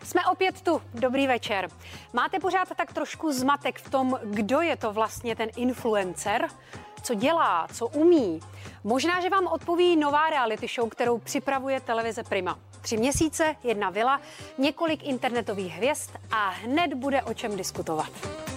Jsme opět tu. Dobrý večer. Máte pořád tak trošku zmatek v tom, kdo je to vlastně ten influencer? Co dělá, co umí? Možná, že vám odpoví nová reality show, kterou připravuje televize Prima. 3 měsíce, 1 vila, několik internetových hvězd a hned bude o čem diskutovat.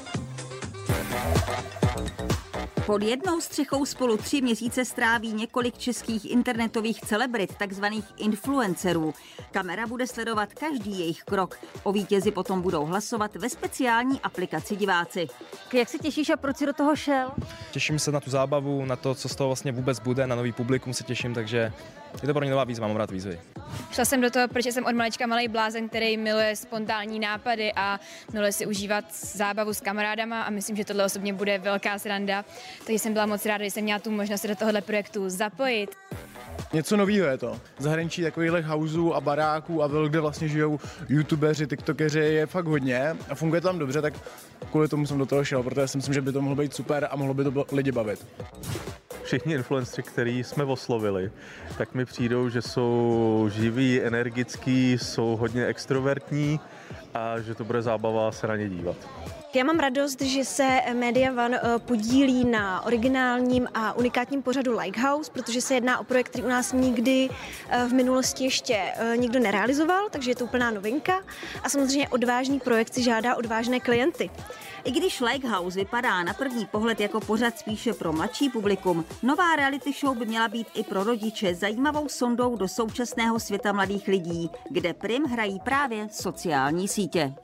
Pod jednou střechou spolu 3 měsíce stráví několik českých internetových celebrit, takzvaných influencerů. Kamera bude sledovat každý jejich krok. O vítězi potom budou hlasovat ve speciální aplikaci diváci. Jak se těšíš a proč jsi do toho šel? Těším se na tu zábavu, na to, co z toho vlastně vůbec bude, na nový publikum se těším, takže je to pro mě nová výzva, mám rád výzvy. Šla jsem do toho, protože jsem od malička malej blázen, který miluje spontánní nápady a miluje si užívat zábavu s kamarádama a myslím, že tohle osobně bude velká sranda. Takže jsem byla moc ráda, že jsem měla tu možnost se do tohohle projektu zapojit. Něco novýho je to. Zahraničí takových houseů a baráků a vil, kde vlastně žijou youtubeři, tiktokeři, je fakt hodně a funguje tam dobře, tak kvůli tomu jsem do toho šel, protože si myslím, že by to mohlo být super a mohlo by to lidi bavit. Všichni influenceri, který jsme oslovili, tak mi přijdou, že jsou živí, energický, jsou hodně extrovertní a že to bude zábava se na ně dívat. Já mám radost, že se Media One podílí na originálním a unikátním pořadu Lighthouse, protože se jedná o projekt, který u nás nikdy v minulosti ještě nikdo nerealizoval, takže je to úplná novinka a samozřejmě odvážný projekt si žádá odvážné klienty. I když Lighthouse vypadá na první pohled jako pořad spíše pro mladší publikum, nová reality show by měla být i pro rodiče zajímavou sondou do současného světa mladých lidí, kde prim hrají právě sociální sítě.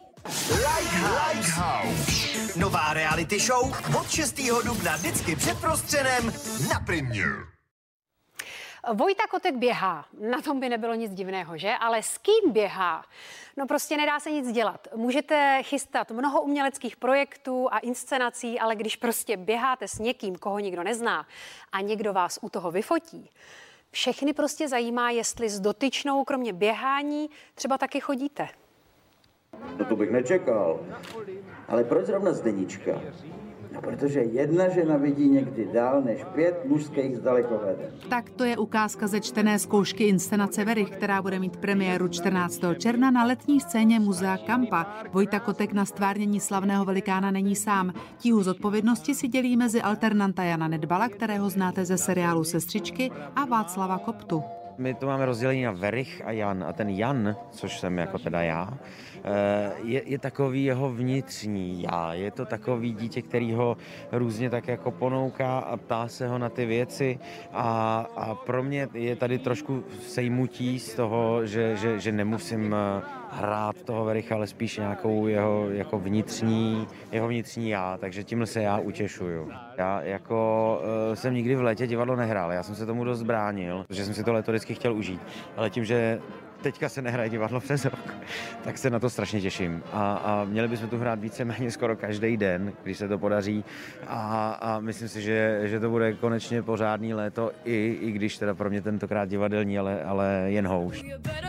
Lighthouse. Nová reality show od 6. dubna vždycky před prostřenem na Primě. Vojta Kotek běhá, na tom by nebylo nic divného, že? Ale s kým běhá? No prostě nedá se nic dělat. Můžete chystat mnoho uměleckých projektů a inscenací, ale když prostě běháte s někým, koho nikdo nezná a někdo vás u toho vyfotí, všechny prostě zajímá, jestli s dotyčnou kromě běhání třeba taky chodíte. No to bych nečekal. Ale proč zrovna Zdenička? No protože jedna žena vidí někdy dál než 5 mužských zdalekoveden. Tak to je ukázka ze čtené zkoušky inscenace Verich, která bude mít premiéru 14. června na letní scéně Muzea Kampa. Vojta Kotek na stvárnění slavného velikána není sám. Tíhu zodpovědnosti si dělí mezi alternanta Jana Nedbala, kterého znáte ze seriálu Sestřičky, a Václava Koptu. My to máme rozdělení na Verich a Jan. A ten Jan, což jsem jako teda já, je takový jeho vnitřní já. Je to takový dítě, který ho různě tak jako ponouká a ptá se ho na ty věci. A pro mě je tady trošku sejmutí z toho, že nemusím hrát toho Vericha, ale spíš nějakou jeho jako vnitřní já, takže tímhle se já utěšuju. Já jako jsem nikdy v létě divadlo nehrál, já jsem se tomu dost bránil, protože jsem si to léto vždycky chtěl užít, ale tím, že teďka se nehraje divadlo přes rok, tak se na to strašně těším. A měli bychom tu hrát víceméně skoro každý den, když se to podaří. A myslím si, že to bude konečně pořádný léto, i když teda pro mě tentokrát divadelní, ale jen houšť.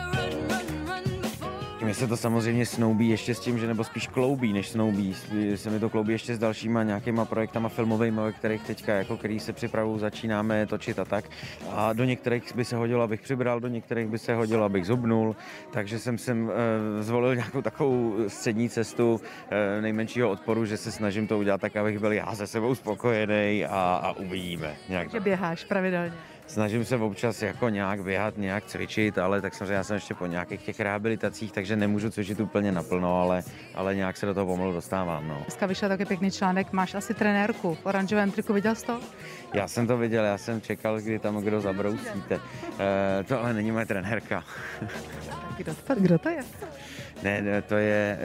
Mně se to samozřejmě snoubí ještě s tím, že nebo spíš kloubí, než snoubí. Se mi to kloubí ještě s dalšíma nějakýma projektama filmovými, o kterých teďka, jako který se připravují, začínáme točit a tak. A do některých by se hodilo, abych přibral, do některých by se hodilo, abych zubnul. Takže jsem zvolil nějakou takovou střední cestu nejmenšího odporu, že se snažím to udělat tak, abych byl já se sebou spokojený a uvidíme. Že běháš pravidelně. Snažím se občas jako nějak běhat, nějak cvičit, ale tak samozřejmě já jsem ještě po nějakých těch rehabilitacích, takže nemůžu cvičit úplně naplno, ale nějak se do toho pomalu dostávám. No. Dneska vyšel taky pěkný článek, máš asi trenérku v oranžovém triku, viděl jsi to? Já jsem to viděl, já jsem čekal, kdy tam kdo zabrousíte. To ale není moje trenérka. Kdo to je? Ne, to je...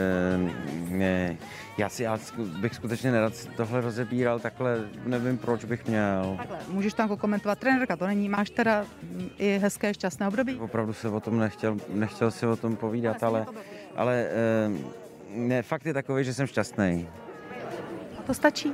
Já bych skutečně nerad tohle rozebíral, takhle nevím, proč bych měl. Takhle, můžeš tam komentovat, trenérka to není, máš teda i hezké šťastné období? Opravdu se o tom nechtěl si o tom povídat, ale ne, fakt je takový, že jsem šťastný. To stačí.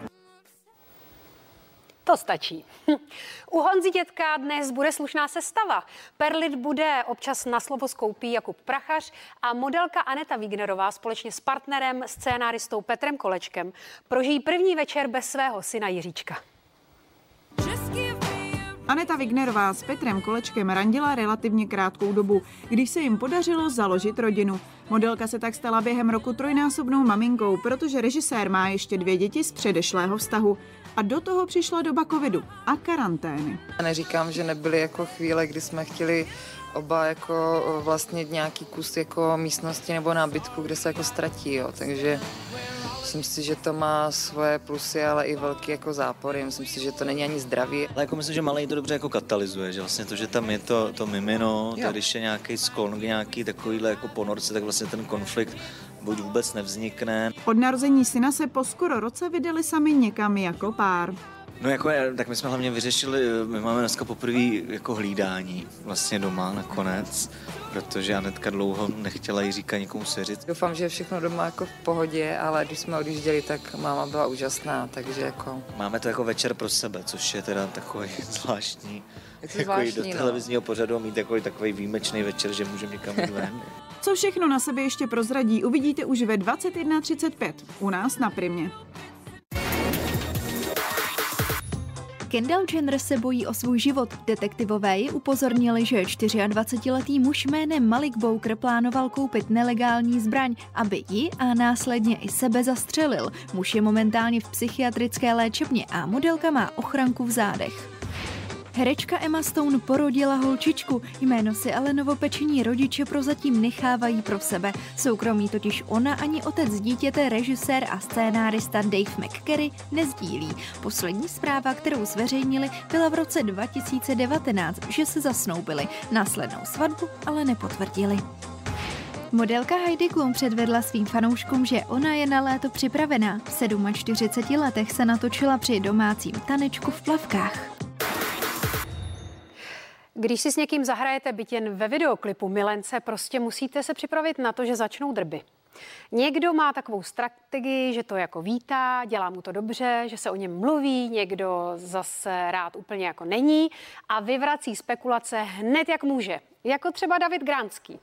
To stačí. U Honzy Dětka dnes bude slušná sestava. Perlit bude občas na slovo skoupí Jakub Prachař a modelka Aneta Wignerová společně s partnerem, scénáristou Petrem Kolečkem prožijí první večer bez svého syna Jiříčka. Aneta Wignerová s Petrem Kolečkem randila relativně krátkou dobu, když se jim podařilo založit rodinu. Modelka se tak stala během roku trojnásobnou maminkou, protože režisér má ještě 2 děti z předešlého vztahu. A do toho přišla doba covidu a karantény. Neříkám, že nebyly jako chvíle, kdy jsme chtěli oba jako vlastnit nějaký kus jako místnosti nebo nábytku, kde se jako ztratí, jo. Takže myslím si, že to má svoje plusy, ale i velký jako zápory. Myslím si, že to není ani zdravý. Ale jako myslím, že malej to dobře jako katalyzuje, že vlastně to, že tam je to mimino, tak když je nějaký sklon, nějaký takovýhle jako ponorce, tak vlastně ten konflikt buď vůbec nevznikne. Od narození syna se po skoro roce vydali sami někam jako pár. No jako, tak my jsme hlavně vyřešili, my máme dneska poprvé jako hlídání vlastně doma nakonec, protože Anetka dlouho nechtěla Jiříka nikomu svěřit. Doufám, že je všechno doma jako v pohodě, ale když jsme odjížděli, tak máma byla úžasná, takže jako... Máme to jako večer pro sebe, což je teda takový zvláštní. Je to zvláštní, do televizního pořadu mít takový výjimečný večer, že můžeme někam jít ven. Co všechno na sebe ještě prozradí, uvidíte už ve 21:35 u nás na Primě. Kendall Jenner se bojí o svůj život. Detektivové ji upozornili, že 24letý muž jménem Malik Bowker plánoval koupit nelegální zbraň, aby ji a následně i sebe zastřelil. Muž je momentálně v psychiatrické léčebně a modelka má ochranku v zádech. Herečka Emma Stone porodila holčičku, jméno si ale novopečení rodiče prozatím nechávají pro sebe. Soukromí totiž ona ani otec dítěte, režisér a scénárista Dave McCary nezdílí. Poslední zpráva, kterou zveřejnili, byla v roce 2019, že se zasnoubili. Následnou svatbu ale nepotvrdili. Modelka Heidi Klum předvedla svým fanouškům, že ona je na léto připravená. V 47 letech se natočila při domácím tanečku v plavkách. Když si s někým zahrajete byt jen ve videoklipu milence, prostě musíte se připravit na to, že začnou drby. Někdo má takovou strategii, že to jako vítá, dělá mu to dobře, že se o něm mluví, někdo zase rád úplně jako není a vyvrací spekulace hned jak může, jako třeba David Gránský.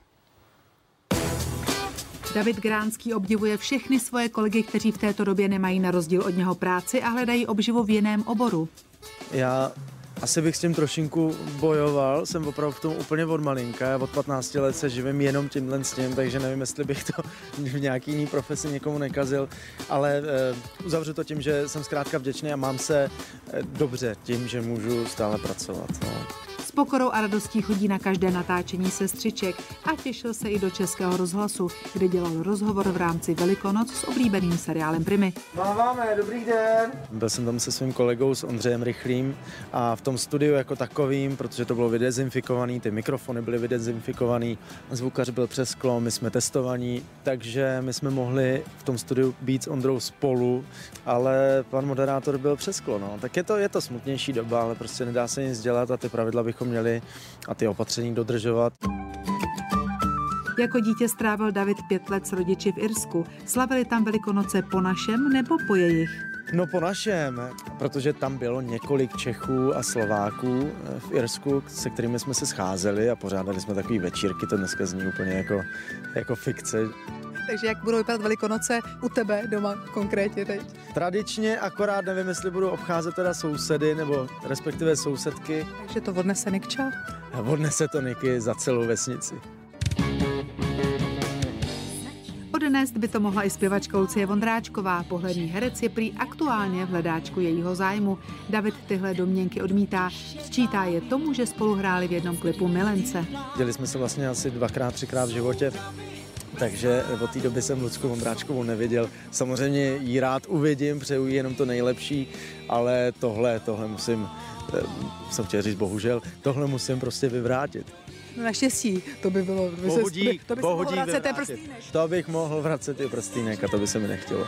David Gránský obdivuje všechny svoje kolegy, kteří v této době nemají na rozdíl od něho práci a hledají obživu v jiném oboru. Já asi bych s tím trošinku bojoval, jsem opravdu v tom úplně od malinka, já od 15 let se živím jenom tímhle s tím, takže nevím, jestli bych to v nějaký jiný profesi někomu nekazil, ale uzavřu to tím, že jsem zkrátka vděčný a mám se dobře tím, že můžu stále pracovat. No. S pokorou a radostí chodí na každé natáčení sestřiček a těšil se i do Českého rozhlasu, kde dělal rozhovor v rámci Velikonoc s oblíbeným seriálem Primy. Máváme, dobrý den. Byl jsem tam se svým kolegou, s Ondřejem Rychlým a v tom studiu jako takovým, protože to bylo vydezinfikovaný, ty mikrofony byly vydezinfikovaný, zvukař byl přes sklo, my jsme testovaní, takže my jsme mohli v tom studiu být s Ondrou spolu, ale pan moderátor byl přes sklo, no. Tak je to smutnější doba, ale prostě nedá se nic dělat a ty pravidla bychom měli a ty opatření dodržovat. Jako dítě strávil David 5 let s rodiči v Irsku. Slavili tam Velikonoce po našem nebo po jejich? No po našem, protože tam bylo několik Čechů a Slováků v Irsku, se kterými jsme se scházeli a pořádali jsme takový večírky, to dneska zní úplně jako fikce. Takže jak budou vypadat Velikonoce u tebe doma konkrétně teď? Tradičně, akorát nevím, jestli budu obcházet teda sousedy, nebo respektive sousedky. Takže to odnese Nikča? Odnese to Niky za celou vesnici. Odnést by to mohla i zpěvačka Lucie Vondráčková. Pohledný herec je prý aktuálně v hledáčku jejího zájmu. David tyhle domněnky odmítá. Sčítá je tomu, že spolu hráli v jednom klipu Milence. Děli jsme se vlastně asi 2x, 3x v životě. Takže od té doby jsem Lucku Vondráčkovou neviděl. Samozřejmě jí rád uvidím, přeju jí jenom to nejlepší, ale tohle musím, jsem chtěl říct bohužel, tohle musím prostě vyvrátit. No naštěstí, to by bylo... To bych mohl vracet i prstýnek a to by se mi nechtělo.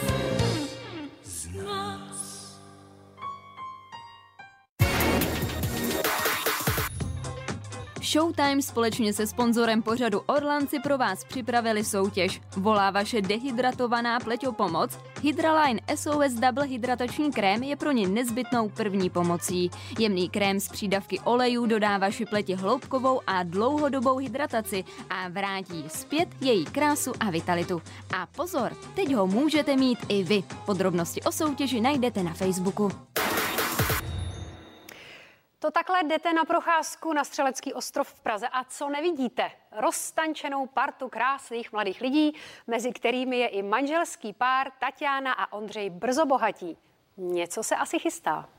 Showtime společně se sponzorem pořadu Orlanci pro vás připravili soutěž. Volá vaše dehydratovaná pleť o pomoc? Hydraline SOS Double hydratační krém je pro ně nezbytnou první pomocí. Jemný krém z přídavky olejů dodá vaši pleti hloubkovou a dlouhodobou hydrataci a vrátí zpět její krásu a vitalitu. A pozor, teď ho můžete mít i vy. Podrobnosti o soutěži najdete na Facebooku. To takhle jdete na procházku na Střelecký ostrov v Praze a co nevidíte? Roztančenou partu krásných mladých lidí, mezi kterými je i manželský pár Tatiana a Ondřej Brzobohatí. Něco se asi chystá.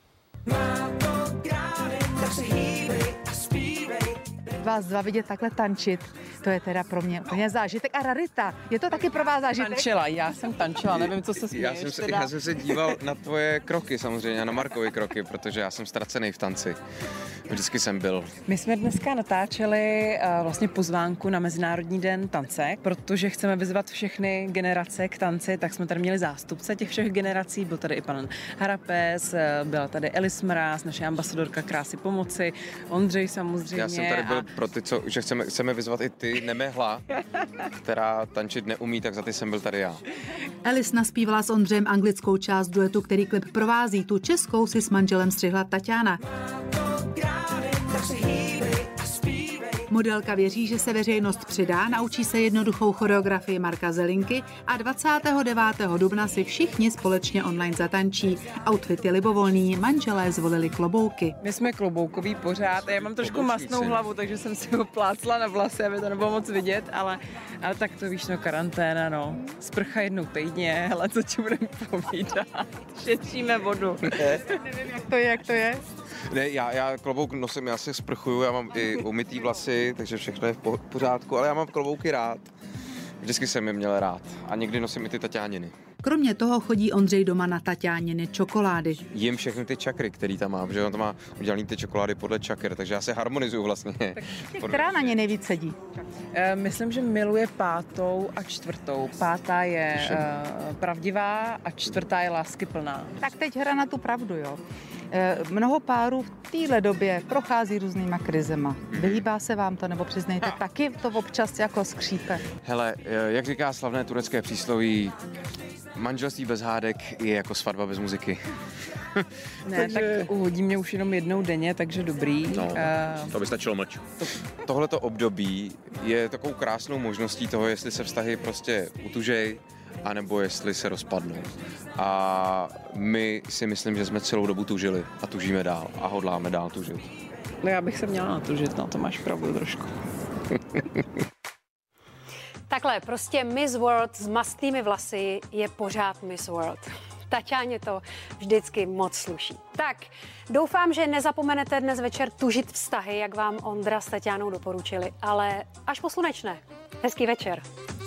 Vás dva vidět takhle tančit, to je teda pro mě úplně zážitek a rarita. Je to taky pro vás zážitek? Já jsem tančila, nevím, co se směješ. Já jsem se díval na tvoje kroky samozřejmě, na Markovy kroky, protože já jsem ztracený v tanci. Vždycky jsem byl. My jsme dneska natáčeli vlastně pozvánku na Mezinárodní den tance, protože chceme vyzvat všechny generace k tanci, tak jsme tady měli zástupce těch všech generací. Byl tady i pan Harapes, byla tady Elis Mráz, naše ambasadorka krásy pomoci, Ondřej samozřejmě. Já jsem tady byl pro ty, že chceme vyzvat i ty nemehla, která tančit neumí, tak za ty jsem byl tady já. Elis naspívala s Ondřejem anglickou část duetu, který klip provází. Tu českou si s manželem střihla Tatiana. Modelka věří, že se veřejnost přidá, naučí se jednoduchou choreografii Marka Zelinky a 29. dubna si všichni společně online zatančí. Outfit je libovolný, manželé zvolili klobouky. My jsme kloboukový pořád a já mám trošku masnou hlavu, takže jsem si ho plácla na vlasy, aby to nebylo moc vidět, ale tak to víš, karanténa, sprcha jednou týdně, hele, co ti budeme povídat, šetříme vodu. Nevím, jak to je. Ne, já klobouk nosím, já se sprchuju, já mám i umytý vlasy, takže všechno je v pořádku, ale já mám klobouky rád. Vždycky jsem je měl rád a někdy nosím i ty Tatiániny. Kromě toho chodí Ondřej doma na Tatiániny čokolády. Jím všechny ty čakry, který tam mám, že on tam má udělaný ty čokolády podle čakr, takže já se harmonizuju vlastně. Která na ně nejvíc sedí? Myslím, že miluje 5. a 4. 5. je pravdivá a 4. je láskyplná. Tak teď hra na tu pravdu, jo. Mnoho párů v téhle době prochází různýma krizema. Vyhýbá se vám to, nebo přiznejte, taky to občas jako skřípe? Hele, jak říká slavné turecké přísloví, manželství bez hádek je jako svatba bez muziky. Ne, tak uhodí mě už jenom jednou denně, takže dobrý. No, to by stačilo mlč. Tohleto období je takovou krásnou možností toho, jestli se vztahy prostě utužej, anebo jestli se rozpadnou. A my si myslím, že jsme celou dobu tužili a tužíme dál a hodláme dál tužit. No já bych se měla natužit, to máš pravdu trošku. Takhle, prostě Miss World s mastnými vlasy je pořád Miss World. Tatiáně to vždycky moc sluší. Tak, doufám, že nezapomenete dnes večer tužit vztahy, jak vám Ondra s Tatianou doporučili, ale až po slunečné. Hezký večer.